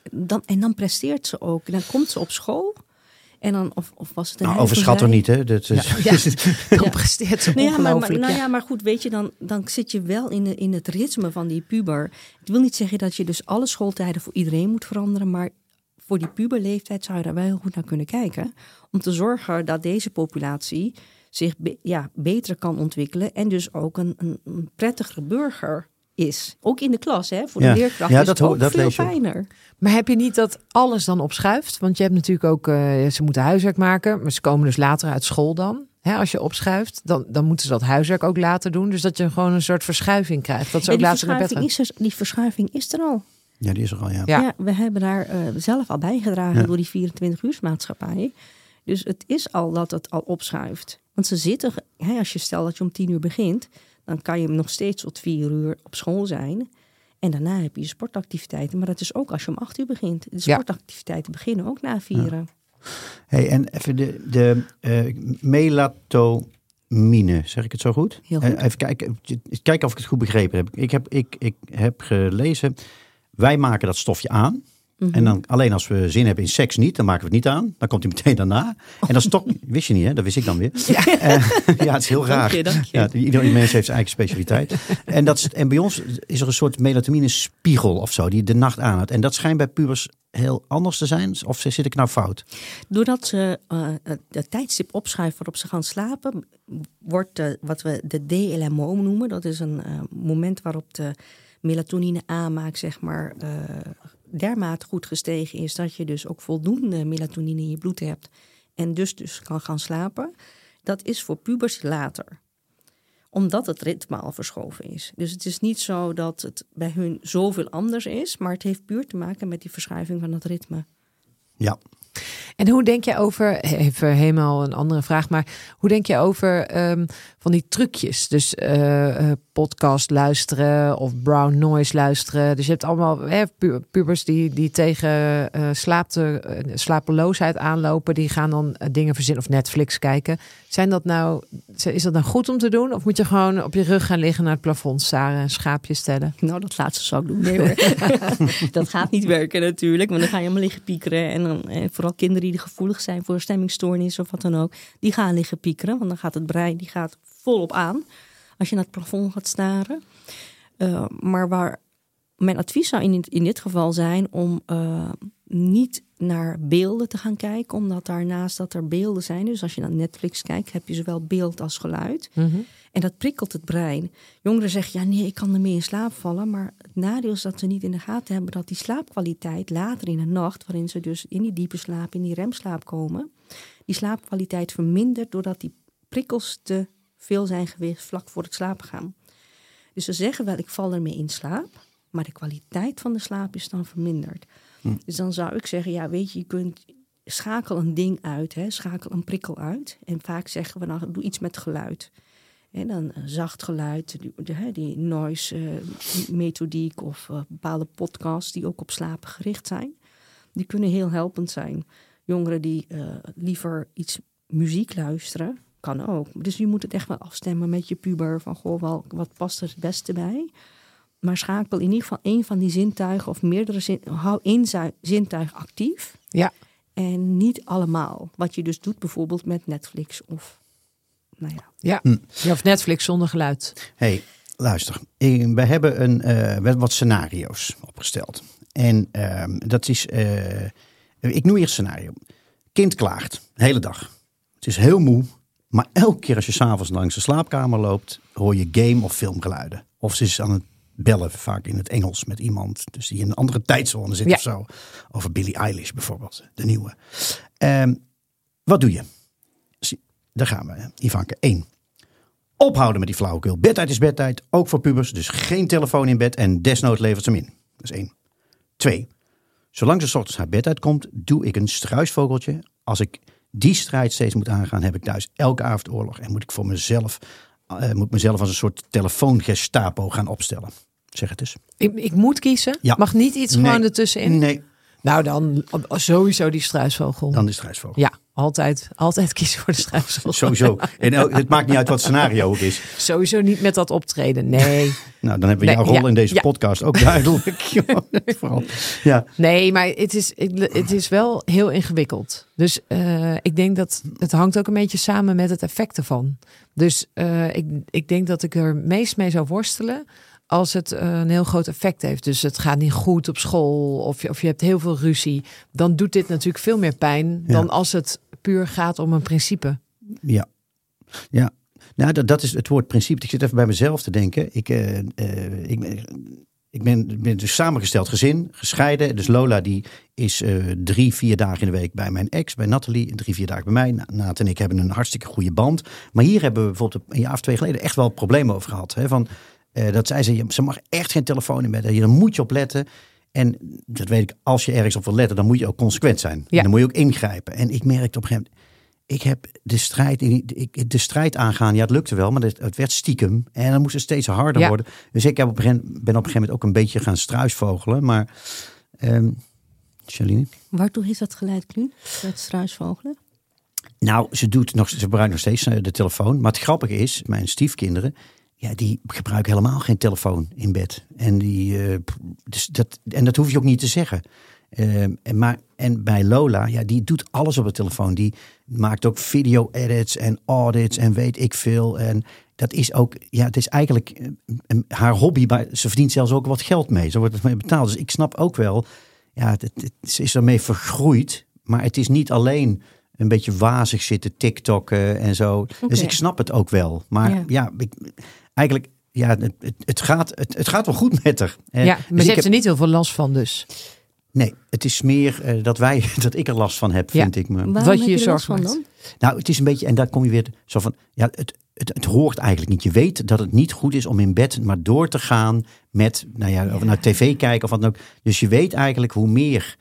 Speaker 5: dan presteert ze ook. Dan komt ze op school. En dan, of was het een
Speaker 3: overschat er niet, hè? Dat is,
Speaker 4: dan presteert ze ongelooflijk.
Speaker 5: Maar goed, weet je, dan zit je wel in het ritme van die puber. Ik wil niet zeggen dat je dus alle schooltijden voor iedereen moet veranderen, maar voor die puberleeftijd zou je daar wel heel goed naar kunnen kijken. Om te zorgen dat deze populatie zich beter kan ontwikkelen. En dus ook een prettigere burger is. Ook in de klas, hè? Voor de leerkracht is het ook veel fijner.
Speaker 4: Maar heb je niet dat alles dan opschuift? Want je hebt natuurlijk ook, ze moeten huiswerk maken. Maar ze komen dus later uit school dan. Hè, als je opschuift, dan moeten ze dat huiswerk ook later doen. Dus dat je gewoon een soort verschuiving krijgt. Dat ze ook later naar bed gaan.
Speaker 5: Die verschuiving is er al.
Speaker 3: Ja, die is er al,
Speaker 5: Ja, we hebben daar zelf al bijgedragen door die 24-uursmaatschappij. Dus het is al dat het al opschuift. Want ze zitten, als je stelt dat je om 10 uur begint, dan kan je nog steeds tot 4 uur op school zijn. En daarna heb je sportactiviteiten. Maar dat is ook als je om 8 uur begint. De sportactiviteiten beginnen ook na 4 uur.
Speaker 3: Hey, en even de melatonine, zeg ik het zo goed?
Speaker 5: Heel goed.
Speaker 3: Even kijken of ik het goed begrepen heb. Ik heb gelezen, wij maken dat stofje aan. Mm-hmm. En dan alleen als we zin hebben in seks niet, dan maken we het niet aan. Dan komt hij meteen daarna. En dat is toch, wist je niet, hè? Dat wist ik dan weer. Ja, het is heel raar.
Speaker 5: Dank je.
Speaker 3: Ja, ieder mens heeft zijn eigen specialiteit. En bij ons is er een soort melatoninespiegel of zo, die de nacht aanhoudt. En dat schijnt bij pubers heel anders te zijn. Of zit ik nou fout?
Speaker 5: Doordat ze het tijdstip opschuiven waarop ze gaan slapen, wordt wat we de DLMO noemen. Dat is een moment waarop de melatonine aanmaak, zeg maar, dermate goed gestegen is dat je dus ook voldoende melatonine in je bloed hebt en dus kan gaan slapen. Dat is voor pubers later. Omdat het ritme al verschoven is. Dus het is niet zo dat het bij hun zoveel anders is, maar het heeft puur te maken met die verschuiving van het ritme.
Speaker 3: Ja.
Speaker 4: En hoe denk je over, even helemaal een andere vraag, maar hoe denk je over van die trucjes? Dus podcast luisteren of brown noise luisteren. Dus je hebt allemaal pubers die tegen slapeloosheid aanlopen. Die gaan dan dingen verzinnen of Netflix kijken. Is dat nou goed om te doen? Of moet je gewoon op je rug gaan liggen naar het plafond staren en schaapjes tellen?
Speaker 5: Nou, dat laatste zou ik doen. Nee hoor. Dat gaat niet werken natuurlijk. Want dan ga je helemaal liggen piekeren. En dan vooral kinderen die gevoelig zijn voor stemmingstoornis of wat dan ook. Die gaan liggen piekeren. Want dan gaat het brein volop aan. Als je naar het plafond gaat staren. Maar waar mijn advies zou in dit geval zijn om niet naar beelden te gaan kijken, omdat daarnaast dat er beelden zijn. Dus als je naar Netflix kijkt, heb je zowel beeld als geluid.
Speaker 4: Mm-hmm.
Speaker 5: En dat prikkelt het brein. Jongeren zeggen, ja nee, ik kan ermee in slaap vallen. Maar het nadeel is dat ze niet in de gaten hebben dat die slaapkwaliteit later in de nacht, waarin ze dus in die diepe slaap, in die remslaap komen, die slaapkwaliteit vermindert doordat die prikkels te veel zijn geweest vlak voor het slapen gaan. Dus ze zeggen wel, ik val ermee in slaap, maar de kwaliteit van de slaap is dan verminderd. Dus dan zou ik zeggen, ja weet je kunt schakel een ding uit, schakel een prikkel uit. En vaak zeggen we dan, doe iets met geluid. En dan een zacht geluid, die noise methodiek of bepaalde podcasts die ook op slapen gericht zijn. Die kunnen heel helpend zijn. Jongeren die liever iets muziek luisteren, kan ook. Dus je moet het echt wel afstemmen met je puber. Van goh, wat past er het beste bij? Maar schakel in ieder geval één van die zintuigen of meerdere hou één zintuig actief.
Speaker 4: Ja.
Speaker 5: En niet allemaal. Wat je dus doet bijvoorbeeld met Netflix of nou ja.
Speaker 4: Ja, of Netflix zonder geluid.
Speaker 3: Hey, luister. We hebben wat scenario's opgesteld. En dat is... ik noem eerst scenario. Kind klaagt, de hele dag. Het is heel moe. Maar elke keer als je 's avonds langs de slaapkamer loopt, hoor je game- of filmgeluiden. Of ze is aan het bellen, vaak in het Engels, met iemand. Dus die in een andere tijdzone zit of zo. Over Billie Eilish bijvoorbeeld, de nieuwe. Wat doe je? Daar gaan we, Ivanke. 1. Ophouden met die flauwekul. Bedtijd is bedtijd, ook voor pubers. Dus geen telefoon in bed en desnoods levert ze hem in. Dat is 1. 2. Zolang ze 's ochtends haar bed uitkomt, doe ik een struisvogeltje. Als ik die strijd steeds moet aangaan, heb ik thuis elke avond oorlog. En moet ik mezelf als een soort telefoongestapo gaan opstellen. Zeg het eens.
Speaker 4: Ik moet kiezen?
Speaker 3: Ja.
Speaker 4: Mag niet iets gewoon ertussenin?
Speaker 3: Nee.
Speaker 4: Nou, dan sowieso die struisvogel.
Speaker 3: Dan de struisvogel.
Speaker 4: Ja, altijd kiezen voor de struisvogel.
Speaker 3: Sowieso. En het maakt niet uit wat het scenario ook is.
Speaker 4: Sowieso niet met dat optreden, nee.
Speaker 3: Nou, dan hebben we jouw rol in deze podcast ook duidelijk. Vooral. Ja.
Speaker 4: Nee, maar het is wel heel ingewikkeld. Dus ik denk dat het hangt ook een beetje samen met het effect ervan. Dus ik denk dat ik er meest mee zou worstelen als het een heel groot effect heeft. Dus het gaat niet goed op school of je hebt heel veel ruzie. Dan doet dit natuurlijk veel meer pijn dan als het puur gaat om een principe. Ja. Nou, dat is het woord principe. Ik zit even bij mezelf te denken. Ik ben dus samengesteld gezin, gescheiden. Dus Lola die is 3-4 dagen in de week bij mijn ex, bij Nathalie. 3-4 dagen bij mij. Naat en ik hebben een hartstikke goede band. Maar hier hebben we bijvoorbeeld een jaar of 2 geleden echt wel problemen over gehad. Hè? Dat zei ze mag echt geen telefoon in bed. Hier moet je op letten. En dat weet ik, als je ergens op wil letten, dan moet je ook consequent zijn. Ja. Dan moet je ook ingrijpen. En ik merkte op een gegeven moment, ik heb de strijd aangaan. Ja, het lukte wel, maar het werd stiekem. En dan moest het steeds harder worden. Dus ik ben op een gegeven moment ook een beetje gaan struisvogelen. Maar, Charline?
Speaker 5: Waartoe is dat geleid, Kluun? Dat struisvogelen?
Speaker 3: Nou, ze gebruikt nog steeds de telefoon. Maar het grappige is, mijn stiefkinderen, ja, die gebruiken helemaal geen telefoon in bed. En dat hoef je ook niet te zeggen. En bij Lola, ja, die doet alles op de telefoon. Die maakt ook video-edits en audits en weet ik veel. En dat is ook, ja, het is eigenlijk haar hobby. Ze verdient zelfs ook wat geld mee. Zo wordt het mee betaald. Dus ik snap ook wel, ja, ze is ermee vergroeid. Maar het is niet alleen een beetje wazig zitten TikTokken en zo. Okay. Dus ik snap het ook wel. Maar eigenlijk, ja, het gaat wel goed met haar.
Speaker 4: Ja, maar dus ze heeft er niet heel veel last van dus.
Speaker 3: Nee, het is meer dat ik er last van heb, vind ik me.
Speaker 5: Waarom wat je zorgt van dan?
Speaker 3: Nou, het is een beetje, en daar kom je weer zo van, ja, het hoort eigenlijk niet. Je weet dat het niet goed is om in bed maar door te gaan met, of naar tv kijken of wat dan ook. Dus je weet eigenlijk hoe meer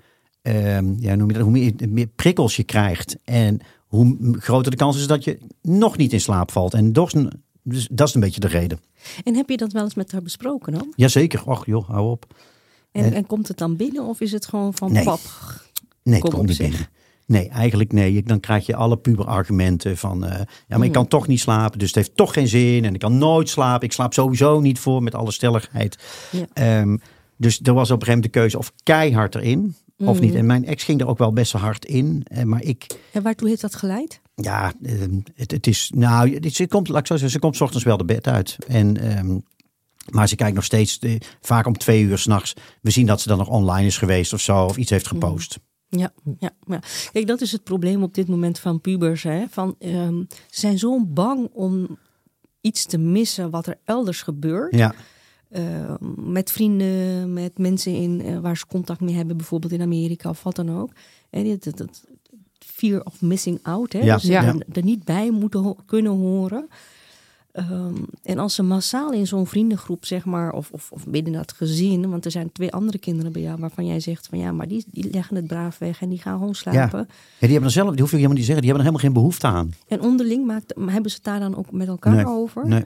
Speaker 3: meer prikkels je krijgt en hoe groter de kans is dat je nog niet in slaap valt. En dus dat is een beetje de reden.
Speaker 5: En heb je dat wel eens met haar besproken dan?
Speaker 3: Jazeker. Och joh, hou op.
Speaker 5: En komt het dan binnen of is het gewoon van pap?
Speaker 3: Nee, het komt niet binnen. Nee, eigenlijk nee. Dan krijg je alle puberargumenten van, maar ik kan toch niet slapen, dus het heeft toch geen zin en ik kan nooit slapen. Ik slaap sowieso niet voor, met alle stelligheid. Ja. Dus er was op een gegeven moment de keuze of keihard erin of niet. En mijn ex ging er ook wel best wel hard in. Maar
Speaker 5: En waartoe heeft dat geleid?
Speaker 3: Ja, het is, ze komt 's ochtends wel de bed uit. En Maar ze kijkt nog steeds, vaak om 2 uur 's nachts. We zien dat ze dan nog online is geweest of zo. Of iets heeft gepost.
Speaker 5: Ja. Kijk, dat is het probleem op dit moment van pubers. Hè? Ze zijn zo bang om iets te missen wat er elders gebeurt.
Speaker 3: Ja.
Speaker 5: Met vrienden, met mensen waar ze contact mee hebben. Bijvoorbeeld in Amerika of wat dan ook. En dat fear of missing out. Hè?
Speaker 3: Ja.
Speaker 5: Dus er niet bij moeten kunnen horen. En als ze massaal in zo'n vriendengroep, zeg maar, of binnen dat gezin, want er zijn 2 andere kinderen bij jou waarvan jij zegt van ja, maar die leggen het braaf weg en die gaan gewoon slapen.
Speaker 3: Ja, die hebben er zelf, die hoef je helemaal niet te zeggen, die hebben er helemaal geen behoefte aan.
Speaker 5: En onderling hebben ze het daar dan ook met elkaar over?
Speaker 3: Nee.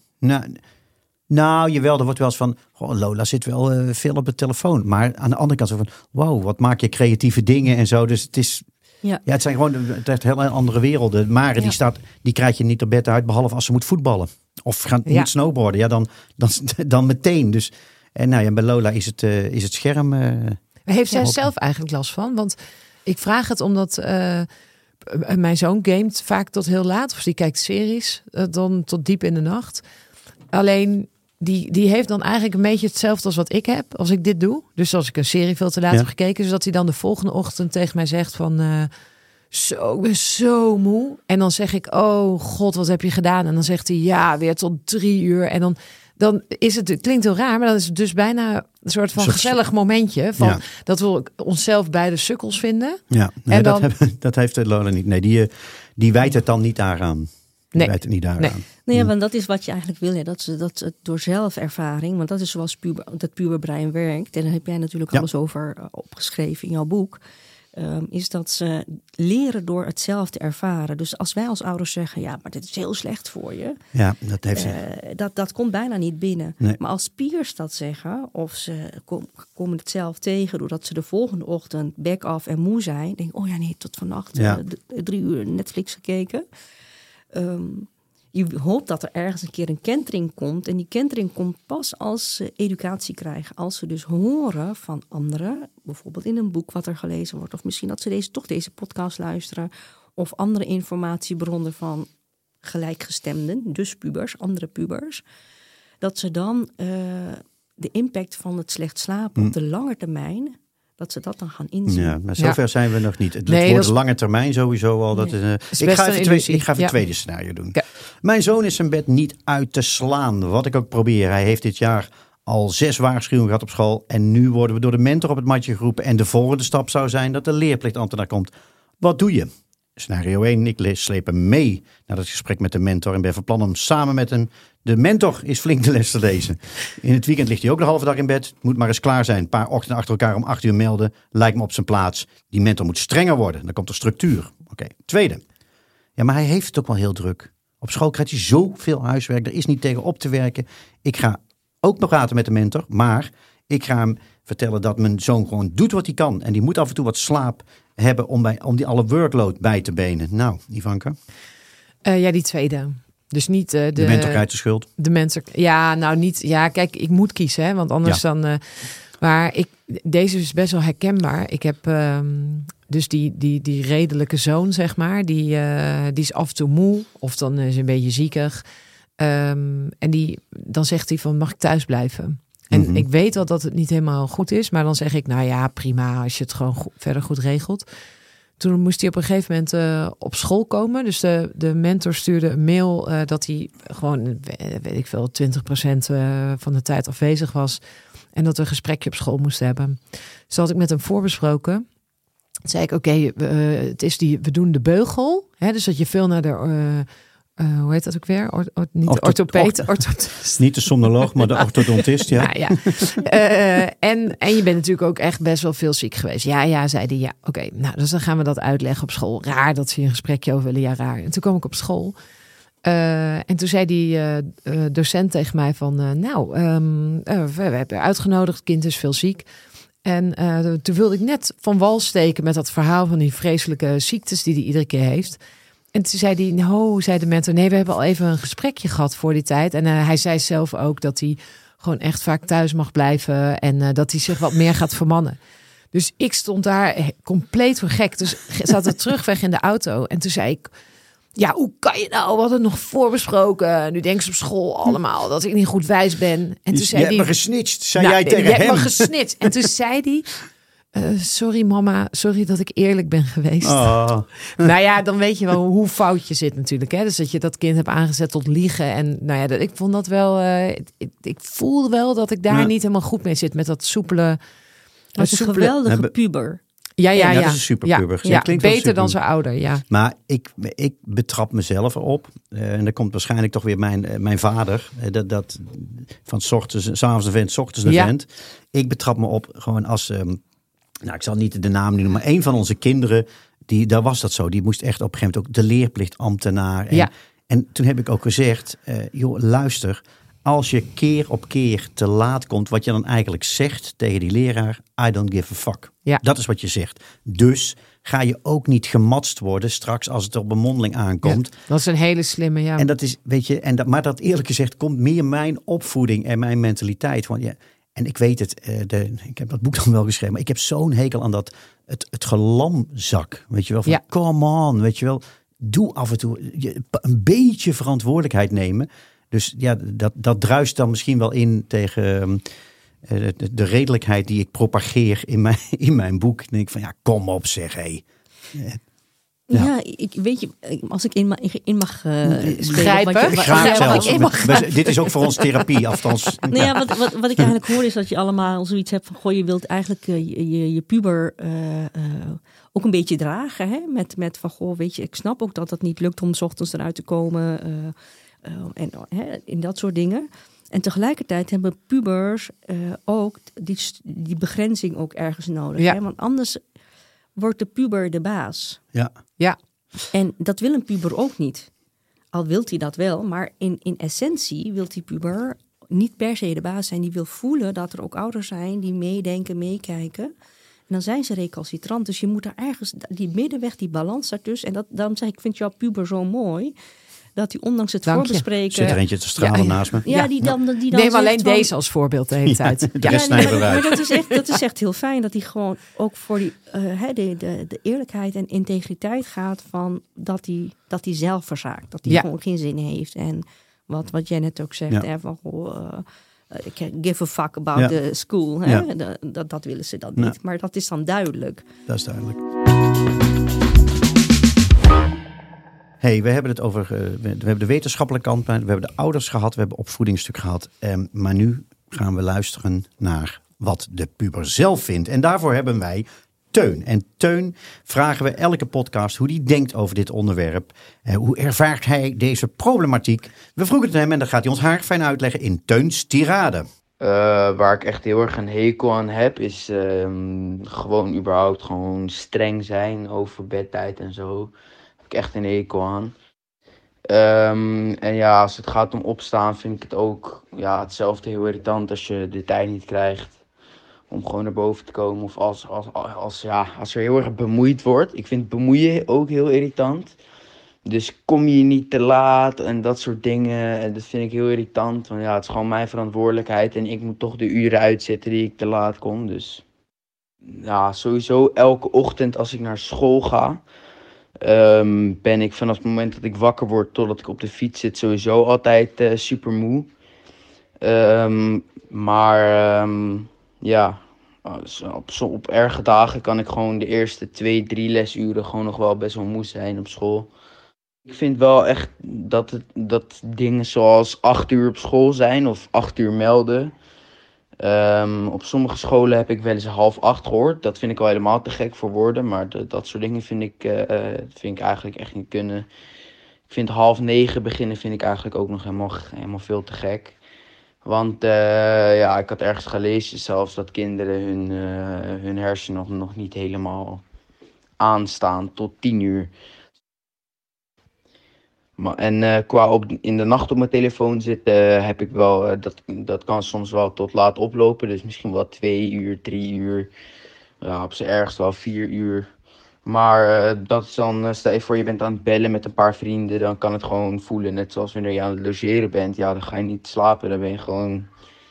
Speaker 3: Nou, jawel, er wordt wel eens van, Lola zit wel veel op de telefoon. Maar aan de andere kant zo van, wow, wat maak je creatieve dingen en zo. Dus het is... Ja, het zijn gewoon heel andere werelden. Mare, die krijg je niet op bed uit, behalve als ze moet voetballen. Of moet snowboarden. Ja, dan meteen. Dus, en bij Lola is het scherm...
Speaker 4: Heeft zij zelf eigenlijk last van? Want ik vraag het omdat mijn zoon gamet vaak tot heel laat. Of die kijkt series dan tot diep in de nacht. Alleen... Die heeft dan eigenlijk een beetje hetzelfde als wat ik heb als ik dit doe. Dus als ik een serie veel te laat heb gekeken, zodat hij dan de volgende ochtend tegen mij zegt van... ik ben zo moe. En dan zeg ik, oh god, wat heb je gedaan? En dan zegt hij, ja, weer tot 3 uur. En dan is het klinkt heel raar, maar dan is het dus bijna een soort van gezellig momentje. Van dat we onszelf beide sukkels vinden. Ja,
Speaker 3: nee, en dat heeft Lola niet. Nee, die wijt het dan niet daaraan. Nee. Het niet daaraan.
Speaker 5: Nee, want dat is wat je eigenlijk wil. Hè? Dat het door zelfervaring, want dat is zoals dat puberbrein werkt. En daar heb jij natuurlijk alles over opgeschreven in jouw boek. Is dat ze leren door het zelf te ervaren. Dus als wij als ouders zeggen, ja, maar dit is heel slecht voor je.
Speaker 3: Ja, dat heeft
Speaker 5: dat komt bijna niet binnen.
Speaker 3: Nee.
Speaker 5: Maar als peers dat zeggen, of ze komen het zelf tegen, doordat ze de volgende ochtend back off en moe zijn. Denk, oh ja, nee, tot vannacht 3 uur Netflix gekeken. Je hoopt dat er ergens een keer een kentering komt. En die kentering komt pas als ze educatie krijgen. Als ze dus horen van anderen. Bijvoorbeeld in een boek wat er gelezen wordt. Of misschien dat ze deze podcast luisteren. Of andere informatiebronnen van gelijkgestemden. Dus pubers, andere pubers. Dat ze dan de impact van het slecht slapen op de lange termijn... dat ze dat dan gaan inzien.
Speaker 3: Ja, maar zover zijn we nog niet. Het wordt lange termijn sowieso al. Dat is, ik ga even het tweede scenario doen. Ja. Mijn zoon is zijn bed niet uit te slaan. Wat ik ook probeer. Hij heeft dit jaar al 6 waarschuwingen gehad op school. En nu worden we door de mentor op het matje geroepen. En de volgende stap zou zijn dat de leerplichtambtenaar komt. Wat doe je? Scenario 1. Ik sleep hem mee naar het gesprek met de mentor. En ben van plan om samen met hem... De mentor is flink de les te lezen. In het weekend ligt hij ook de halve dag in bed. Moet maar eens klaar zijn. Een paar ochtenden achter elkaar om 8 uur melden. Lijkt me op zijn plaats. Die mentor moet strenger worden. Dan komt er structuur. Oké. Tweede. Ja, maar hij heeft het ook wel heel druk. Op school krijgt hij zoveel huiswerk. Er is niet tegen op te werken. Ik ga ook nog praten met de mentor. Maar ik ga hem vertellen dat mijn zoon gewoon doet wat hij kan. En die moet af en toe wat slaap hebben om die alle workload bij te benen. Nou, Ivanka?
Speaker 4: Ja, die tweede. Dus niet de
Speaker 3: mentor krijgt de schuld.
Speaker 4: De mentor, ja, nou niet. Ja, kijk, ik moet kiezen, hè, want anders dan. Maar deze is best wel herkenbaar. Ik heb dus die redelijke zoon, zeg maar, die is af en toe moe of dan is een beetje ziekig. En dan zegt hij van, mag ik thuis blijven? En ik weet wel dat het niet helemaal goed is, maar dan zeg ik, nou ja, prima, als je het gewoon verder goed regelt. Toen moest hij op een gegeven moment op school komen. Dus de mentor stuurde een mail dat hij gewoon, weet ik veel, 20% van de tijd afwezig was. En dat we een gesprekje op school moesten hebben. Dus dat had ik met hem voorbesproken. Toen zei ik, oké, we doen de beugel. Hè, dus dat je veel naar de... hoe heet dat ook weer? Niet de orthopeed.
Speaker 3: Niet de somnoloog, maar de orthodontist. Ja.
Speaker 4: Nou, ja. En je bent natuurlijk ook echt best wel veel ziek geweest. Ja, zei hij. Ja, oké. Nou, dus dan gaan we dat uitleggen op school. Raar dat ze een gesprekje over willen. Ja, raar. En toen kwam ik op school. En toen zei die docent tegen mij van... we hebben uitgenodigd. Het kind is veel ziek. En toen wilde ik net van wal steken met dat verhaal van die vreselijke ziektes die hij iedere keer heeft... En toen zei hij, zei de mentor, nee, we hebben al even een gesprekje gehad voor die tijd. En hij zei zelf ook dat hij gewoon echt vaak thuis mag blijven en dat hij zich wat meer gaat vermannen. Dus ik stond daar compleet voor gek. Dus zat er terugweg in de auto en toen zei ik, Ja, hoe kan je nou? We hadden het nog voorbesproken. Nu denken ze op school allemaal dat ik niet goed wijs ben. En toen zei
Speaker 3: je hebt me gesnitcht, zei jij tegen hem.
Speaker 4: Je hebt me gesnitcht. En toen zei hij... sorry mama, sorry dat ik eerlijk ben geweest.
Speaker 3: Oh.
Speaker 4: Nou ja, dan weet je wel hoe fout je zit natuurlijk. Hè? Dus dat je dat kind hebt aangezet tot liegen. En nou ja, ik vond dat wel... ik voelde wel dat ik daar niet helemaal goed mee zit. Met dat soepele...
Speaker 5: Dat is een geweldige puber.
Speaker 4: Ja.
Speaker 3: Dat is een superpuber.
Speaker 4: Ja,
Speaker 3: Klinkt wel
Speaker 4: beter
Speaker 3: super.
Speaker 4: dan zijn ouder, ja.
Speaker 3: Maar ik betrap mezelf erop. En dat komt waarschijnlijk toch weer mijn vader. Dat van 's ochtends, 's avonds een vent, 's ochtends een vent. Ik betrap me op gewoon als... ik zal niet de naam noemen, maar een van onze kinderen... Daar was dat zo. Die moest echt op een gegeven moment ook de leerplichtambtenaar. En toen heb ik ook gezegd... joh, luister... Als je keer op keer te laat komt, wat je dan eigenlijk zegt tegen die leraar, I don't give a fuck.
Speaker 4: Ja.
Speaker 3: Dat is wat je zegt. Dus ga je ook niet gematst worden straks als het op een mondeling aankomt.
Speaker 4: Ja, dat is een hele slimme, ja.
Speaker 3: En dat is, weet je, maar dat eerlijk gezegd komt meer mijn opvoeding en mijn mentaliteit. Want ja, en ik weet het, ik heb dat boek dan wel geschreven, maar ik heb zo'n hekel aan dat het gelamzak. Weet je wel, van come on, weet je wel. Doe af en toe een beetje verantwoordelijkheid nemen. Dus ja, dat druist dan misschien wel in tegen de redelijkheid die ik propageer in mijn boek. Dan denk ik van kom op zeg, hé.
Speaker 5: Ja, ik weet je, als ik in mag
Speaker 4: grijpen.
Speaker 3: Graag zelfs. Dit is ook voor ons therapie, althans.
Speaker 5: Nou ja, wat ik eigenlijk hoor is dat je allemaal zoiets hebt van... Goh, je wilt eigenlijk je puber ook een beetje dragen. Hè? Met van, goh, weet je, ik snap ook dat het niet lukt om 's ochtends eruit te komen... en in dat soort dingen. En tegelijkertijd hebben pubers ook die begrenzing ook ergens nodig.
Speaker 4: Ja.
Speaker 5: Hè? Want anders wordt de puber de baas.
Speaker 4: Ja.
Speaker 5: En dat wil een puber ook niet. Al wil hij dat wel, maar in essentie wil die puber niet per se de baas zijn. Die wil voelen dat er ook ouders zijn die meedenken, meekijken. En dan zijn ze recalcitrant. Dus je moet daar ergens, die middenweg, die balans daartussen. En daarom zeg ik vind jouw puber zo mooi... dat hij ondanks het voorbespreken...
Speaker 3: Zit er eentje te stralen naast me.
Speaker 5: Ja, die dan
Speaker 4: neem alleen van... deze als voorbeeld de hele tijd.
Speaker 5: Maar dat is echt heel fijn dat hij gewoon ook voor de eerlijkheid en integriteit gaat van dat hij zelf verzaakt. Dat hij gewoon geen zin heeft. En wat jij net ook zegt, hè, van give a fuck about the school. Hè? Ja. Dat willen ze dan niet. Maar dat is dan duidelijk.
Speaker 3: Dat is duidelijk. We hebben het over, we hebben de wetenschappelijke kant, we hebben de ouders gehad, we hebben opvoedingsstuk gehad. Maar nu gaan we luisteren naar wat de puber zelf vindt. En daarvoor hebben wij Teun. En Teun vragen we elke podcast hoe hij denkt over dit onderwerp. Hoe ervaart hij deze problematiek? We vroegen het hem en dan gaat hij ons haarfijn uitleggen in Teuns tirade.
Speaker 6: Waar ik echt heel erg een hekel aan heb, is gewoon überhaupt gewoon streng zijn over bedtijd en zo. Ik echt een hekel aan. En ja, als het gaat om opstaan vind ik het ook hetzelfde heel irritant als je de tijd niet krijgt om gewoon naar boven te komen. Of als er heel erg bemoeid wordt. Ik vind bemoeien ook heel irritant. Dus kom je niet te laat en dat soort dingen. En dat vind ik heel irritant. Want ja, het is gewoon mijn verantwoordelijkheid. En ik moet toch de uren uitzitten die ik te laat kom. Dus ja, sowieso elke ochtend als ik naar school ga... ben ik vanaf het moment dat ik wakker word totdat ik op de fiets zit sowieso altijd super moe. Op erge dagen kan ik gewoon de eerste 2-3 lesuren gewoon nog wel best wel moe zijn op school. Ik vind wel echt dat dingen zoals 8 uur op school zijn of 8 uur melden. Op sommige scholen heb ik wel eens 7:30 gehoord. Dat vind ik al helemaal te gek voor woorden. Maar dat soort dingen vind ik eigenlijk echt niet kunnen. Ik vind 8:30 beginnen vind ik eigenlijk ook nog helemaal veel te gek. Want ik had ergens gelezen zelfs dat kinderen hun hersenen nog niet helemaal aanstaan tot 10 uur. En qua in de nacht op mijn telefoon zitten heb ik wel, dat kan soms wel tot laat oplopen. Dus misschien wel 2 uur, 3 uur, op z'n ergst wel 4 uur. Maar dat is dan, stel je voor je bent aan het bellen met een paar vrienden, dan kan het gewoon voelen. Net zoals wanneer je aan het logeren bent, dan ga je niet slapen. Dan ben je gewoon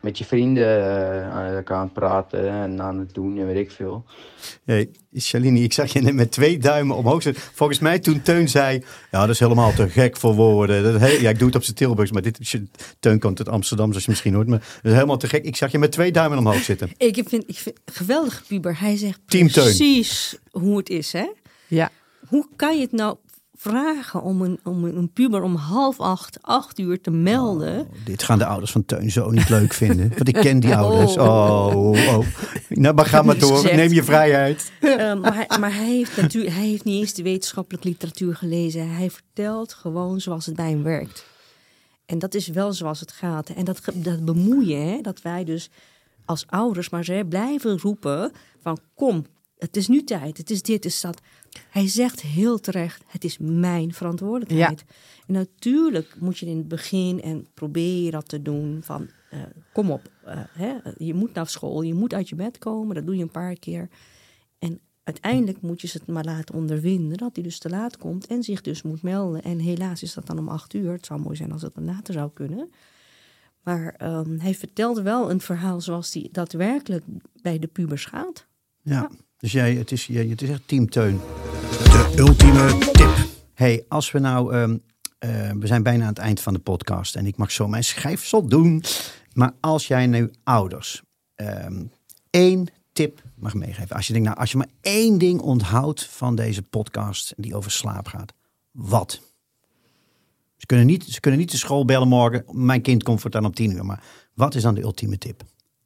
Speaker 6: met je vrienden aan het praten en aan het doen en weet ik veel.
Speaker 3: Hey, Shalini, ik zag je net met 2 duimen omhoog zetten. Volgens mij toen Teun zei, ja, dat is helemaal te gek voor woorden. Ja, ik doe het op zijn Tilburgs, maar Teun komt uit Amsterdam, zoals je misschien hoort. Maar dat is helemaal te gek. Ik zag je met 2 duimen omhoog zitten.
Speaker 5: Ik vind geweldige puber. Hij zegt
Speaker 3: Team Teun.
Speaker 5: precies hoe het is, hè?
Speaker 4: Ja.
Speaker 5: Hoe kan je het nou vragen om een puber om 8 uur te melden?
Speaker 3: Oh, dit gaan de ouders van Teun zo niet leuk vinden. Want ik ken die ouders. Oh. Nou, maar ga maar door. Neem je vrijheid.
Speaker 5: Maar hij heeft niet eens de wetenschappelijke literatuur gelezen. Hij vertelt gewoon zoals het bij hem werkt. En dat is wel zoals het gaat. En dat bemoeien, hè, dat wij dus als ouders maar ze blijven roepen van kom, het is nu tijd, het is dit, het is dat. Hij zegt heel terecht, het is mijn verantwoordelijkheid. Ja. En natuurlijk moet je in het begin en probeer je dat te doen van kom op, je moet naar school, je moet uit je bed komen, dat doe je een paar keer. En uiteindelijk moet je het maar laten ondervinden dat hij dus te laat komt en zich dus moet melden. En helaas is dat dan om 8 uur. Het zou mooi zijn als het dan later zou kunnen. Maar hij vertelde wel een verhaal zoals die daadwerkelijk bij de pubers gaat.
Speaker 3: Ja. Dus het is echt Team Teun. De ultieme tip. Hey, als we nou... we zijn bijna aan het eind van de podcast. En ik mag zo mijn schrijfsel doen. Maar als jij nu ouders 1 tip mag meegeven. Als je denkt, als je maar 1 ding onthoudt van deze podcast die over slaap gaat. Wat? Ze kunnen niet de school bellen morgen. Mijn kind komt voortaan om 10 uur. Maar wat is dan de ultieme tip?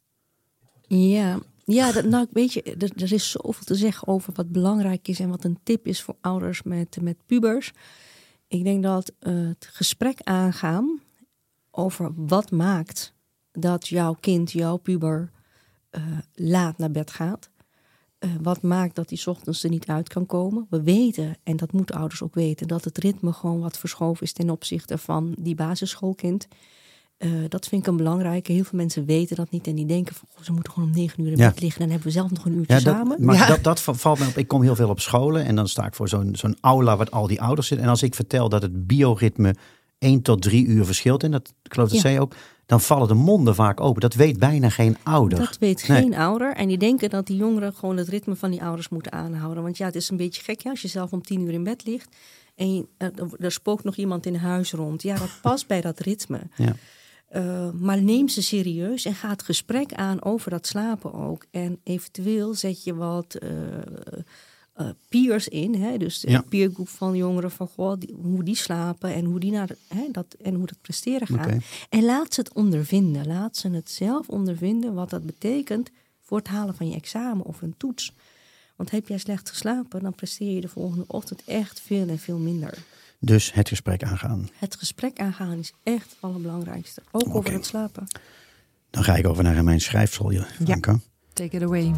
Speaker 5: Ja, weet je, er is zoveel te zeggen over wat belangrijk is en wat een tip is voor ouders met pubers. Ik denk dat het gesprek aangaan over wat maakt dat jouw kind, jouw puber, laat naar bed gaat. Wat maakt dat hij 's ochtends er niet uit kan komen. We weten, en dat moeten ouders ook weten, dat het ritme gewoon wat verschoven is ten opzichte van die basisschoolkind. Dat vind ik een belangrijke. Heel veel mensen weten dat niet en die denken van, ze moeten gewoon om 9 uur in bed liggen. Dan hebben we zelf nog een uurtje samen.
Speaker 3: Maar dat valt me op. Ik kom heel veel op scholen en dan sta ik voor zo'n aula waar al die ouders zitten. En als ik vertel dat het bioritme 1 tot 3 uur verschilt, en dat, ik geloof dat zei je ook, dan vallen de monden vaak open. Dat weet bijna geen ouder.
Speaker 5: Dat weet geen ouder. En die denken dat die jongeren gewoon het ritme van die ouders moeten aanhouden. Want ja, het is een beetje gek als je zelf om 10 uur in bed ligt en er spookt nog iemand in huis rond. Ja, dat past bij dat ritme. Ja. Maar neem ze serieus en ga het gesprek aan over dat slapen ook. En eventueel zet je wat peers in. Hè? Dus de peergroep van jongeren van hoe die slapen en hoe die hoe dat presteren gaat. Okay. En laat ze het ondervinden. Laat ze het zelf ondervinden wat dat betekent voor het halen van je examen of een toets. Want heb jij slecht geslapen, dan presteer je de volgende ochtend echt veel en veel minder.
Speaker 3: Dus het gesprek aangaan.
Speaker 5: Het gesprek aangaan is echt het allerbelangrijkste. Ook over het slapen.
Speaker 3: Dan ga ik over naar mijn schrijfsel, Franka.
Speaker 4: Ja, take it away.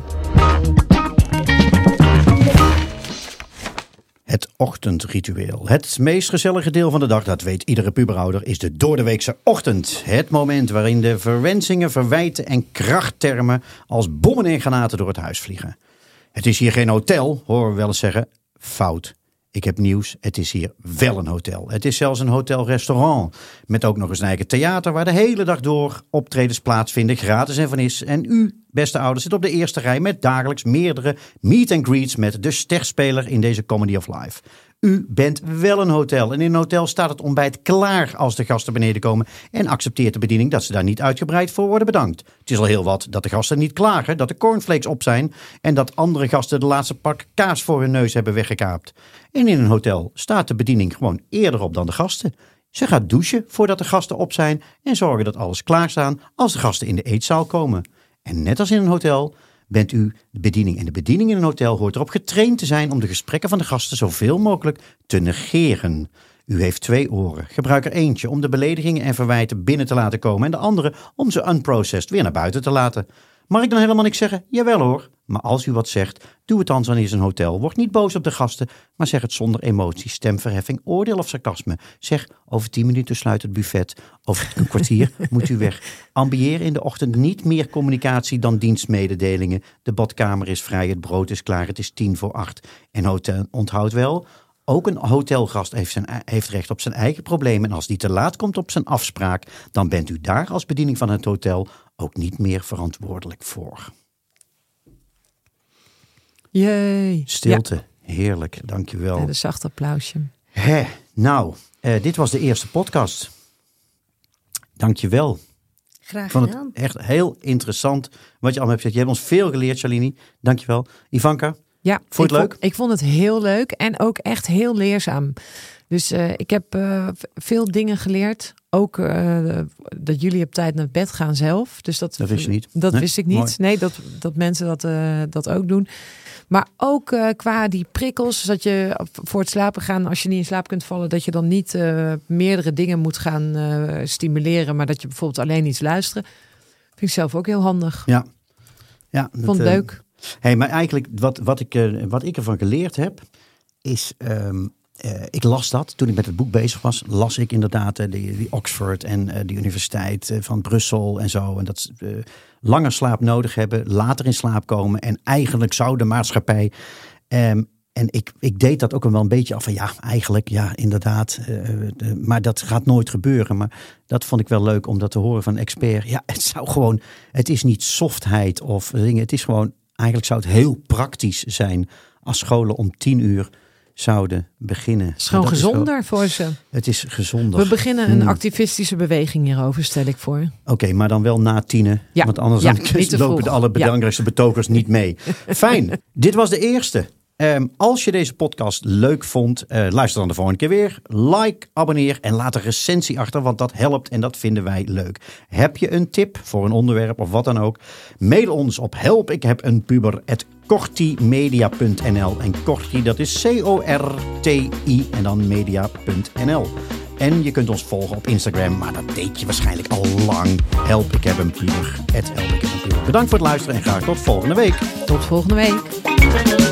Speaker 3: Het ochtendritueel. Het meest gezellige deel van de dag, dat weet iedere puberouder, is de doordeweekse ochtend. Het moment waarin de verwensingen, verwijten en krachttermen als bommen en granaten door het huis vliegen. Het is hier geen hotel, horen we wel eens zeggen. Fout. Ik heb nieuws, het is hier wel een hotel. Het is zelfs een hotel-restaurant. Met ook nog eens een eigen theater waar de hele dag door optredens plaatsvinden, gratis en van is. En u, beste ouders, zit op de eerste rij met dagelijks meerdere meet and greets met de sterspeler in deze Comedy of Life. U bent wel een hotel. En in een hotel staat het ontbijt klaar als de gasten beneden komen. En accepteert de bediening dat ze daar niet uitgebreid voor worden bedankt. Het is al heel wat dat de gasten niet klagen, dat de cornflakes op zijn en dat andere gasten de laatste pak kaas voor hun neus hebben weggekaapt. En in een hotel staat de bediening gewoon eerder op dan de gasten. Ze gaat douchen voordat de gasten op zijn en zorgen dat alles klaarstaan als de gasten in de eetzaal komen. En net als in een hotel bent u de bediening. En de bediening in een hotel hoort erop getraind te zijn om de gesprekken van de gasten zoveel mogelijk te negeren. U heeft 2 oren. Gebruik er eentje om de beledigingen en verwijten binnen te laten komen en de andere om ze unprocessed weer naar buiten te laten. Mag ik dan helemaal niks zeggen? Jawel hoor. Maar als u wat zegt, doe het dan wanneer het een hotel. Word niet boos op de gasten, maar zeg het zonder emotie, stemverheffing, oordeel of sarcasme. Zeg, over 10 minuten sluit het buffet. Over een kwartier moet u weg. Ambieer in de ochtend niet meer communicatie dan dienstmededelingen. De badkamer is vrij, het brood is klaar, het is 7:50. En onthoud wel, ook een hotelgast heeft recht op zijn eigen problemen. En als die te laat komt op zijn afspraak, dan bent u daar als bediening van het hotel ook niet meer verantwoordelijk voor.
Speaker 4: Jee.
Speaker 3: Stilte, heerlijk, dankjewel.
Speaker 4: Ja, een zacht applausje.
Speaker 3: Nou, dit was de eerste podcast. Dankjewel.
Speaker 5: Graag
Speaker 3: Ik vond
Speaker 5: gedaan.
Speaker 3: het echt heel interessant wat je allemaal hebt gezegd. Je hebt ons veel geleerd, Shalini. Dankjewel. Ivanka,
Speaker 4: Ja,
Speaker 3: vond je het leuk?
Speaker 4: Ik vond het heel leuk en ook echt heel leerzaam. Dus ik heb veel dingen geleerd. Ook dat jullie op tijd naar bed gaan zelf. Dus dat
Speaker 3: wist je niet.
Speaker 4: Dat
Speaker 3: Nee?
Speaker 4: wist ik niet.
Speaker 3: Mooi.
Speaker 4: Nee, dat mensen dat ook doen. Maar ook qua die prikkels, dat je voor het slapen gaan, als je niet in slaap kunt vallen, dat je dan niet meerdere dingen moet gaan stimuleren, maar dat je bijvoorbeeld alleen iets luisteren. Vind ik zelf ook heel handig.
Speaker 3: Ja.
Speaker 4: Vond het leuk.
Speaker 3: Hey, maar eigenlijk wat ik ervan geleerd heb, is... ik las dat toen ik met het boek bezig was. Las ik inderdaad die Oxford en die universiteit van Brussel en zo. En dat ze langer slaap nodig hebben, later in slaap komen. En eigenlijk zou de maatschappij... en ik deed dat ook wel een beetje af van inderdaad. Maar dat gaat nooit gebeuren. Maar dat vond ik wel leuk om dat te horen van een expert. Ja, het is niet softheid of dingen. Het is gewoon, eigenlijk zou het heel praktisch zijn als scholen om 10:00 zouden beginnen.
Speaker 4: Het is gewoon gezonder voor ze.
Speaker 3: Het is gezonder.
Speaker 4: We beginnen een activistische beweging hierover, stel ik voor.
Speaker 3: Oké, maar dan wel na 10:00.
Speaker 4: Ja.
Speaker 3: Want anders
Speaker 4: Ja,
Speaker 3: dan
Speaker 4: niet te
Speaker 3: lopen
Speaker 4: vroeg.
Speaker 3: alle belangrijkste betogers niet mee. Fijn. Dit was de eerste. Als je deze podcast leuk vond, luister dan de volgende keer weer. Like, abonneer en laat een recensie achter, want dat helpt en dat vinden wij leuk. Heb je een tip voor een onderwerp of wat dan ook? Mail ons op helpikhebenpuber@kortimedia.nl. En Korti, dat is CORTI en dan media.nl. En je kunt ons volgen op Instagram, maar dat deed je waarschijnlijk al lang. Help ik heb een puber. @helpikhebenpuber. Bedankt voor het luisteren en graag tot volgende week.
Speaker 4: Tot volgende week.